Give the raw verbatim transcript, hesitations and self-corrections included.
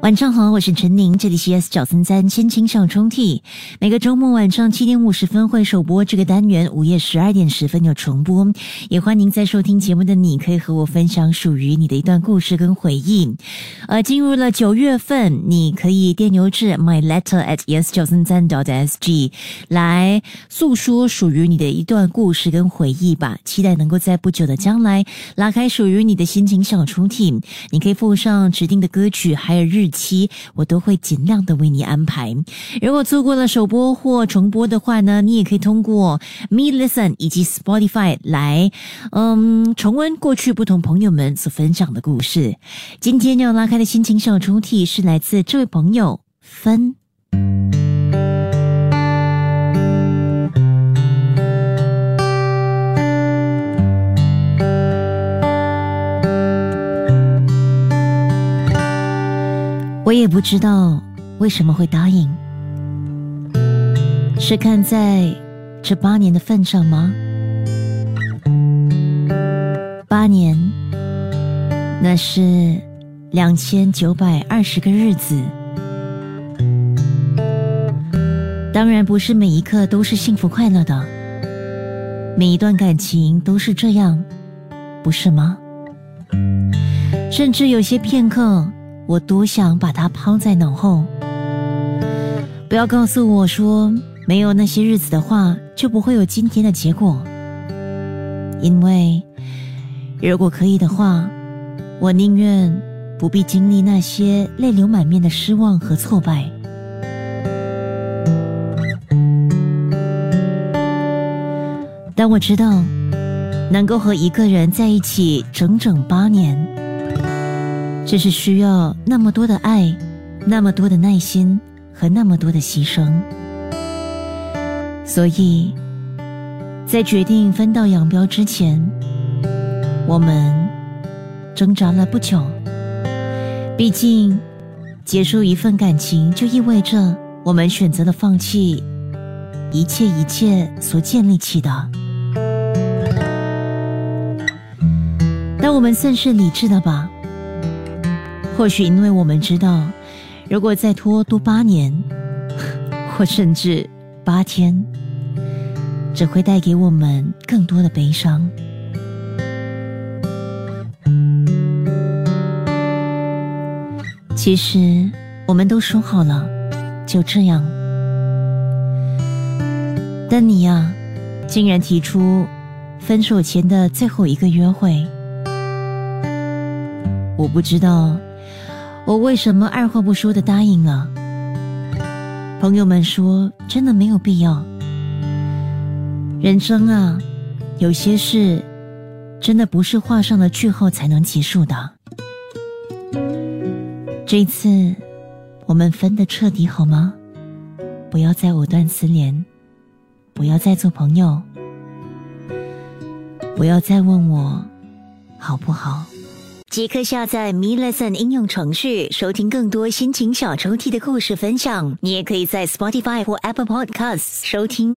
晚上好，我是陈宁，这里是 S 九三三心情小抽屉。每个周末晚上七点五十分会首播这个单元，午夜十二点十分有重播。也欢迎在收听节目的你可以和我分享属于你的一段故事跟回忆。呃，进入了九月份，你可以电邮至 my letter at s 九三三 dot s g 来诉说属于你的一段故事跟回忆吧。期待能够在不久的将来拉开属于你的心情小抽屉。你可以附上指定的歌曲还有日期，我都会尽量的为你安排。如果错过了首播或重播的话呢，你也可以通过 Me Listen 以及 Spotify 来嗯重温过去不同朋友们所分享的故事。今天要拉开的心情小抽屉是来自这位朋友芬。我也不知道为什么会答应，是看在这八年的份上吗？八年，那是两千九百二十个日子。当然不是每一刻都是幸福快乐的，每一段感情都是这样，不是吗？甚至有些片刻我多想把它抛在脑后。不要告诉我说没有那些日子的话就不会有今天的结果，因为如果可以的话，我宁愿不必经历那些泪流满面的失望和挫败。但我知道能够和一个人在一起整整八年，这是需要那么多的爱，那么多的耐心和那么多的牺牲。所以在决定分道扬镳之前，我们挣扎了不久。毕竟结束一份感情就意味着我们选择了放弃一切一切所建立起的。但我们算是理智的吧，或许因为我们知道，如果再拖多八年，或甚至八天，只会带给我们更多的悲伤。其实我们都说好了，就这样。但你呀，竟然提出分手前的最后一个约会。我不知道我为什么二话不说的答应了。朋友们说真的没有必要。人生啊，有些事真的不是画上了句号才能结束的。这一次我们分得彻底好吗？不要再藕断丝连，不要再做朋友，不要再问我好不好。即刻下载 Me Listen 应用程序，收听更多心情小抽屉的故事分享。你也可以在 Spotify 或 Apple Podcasts 收听。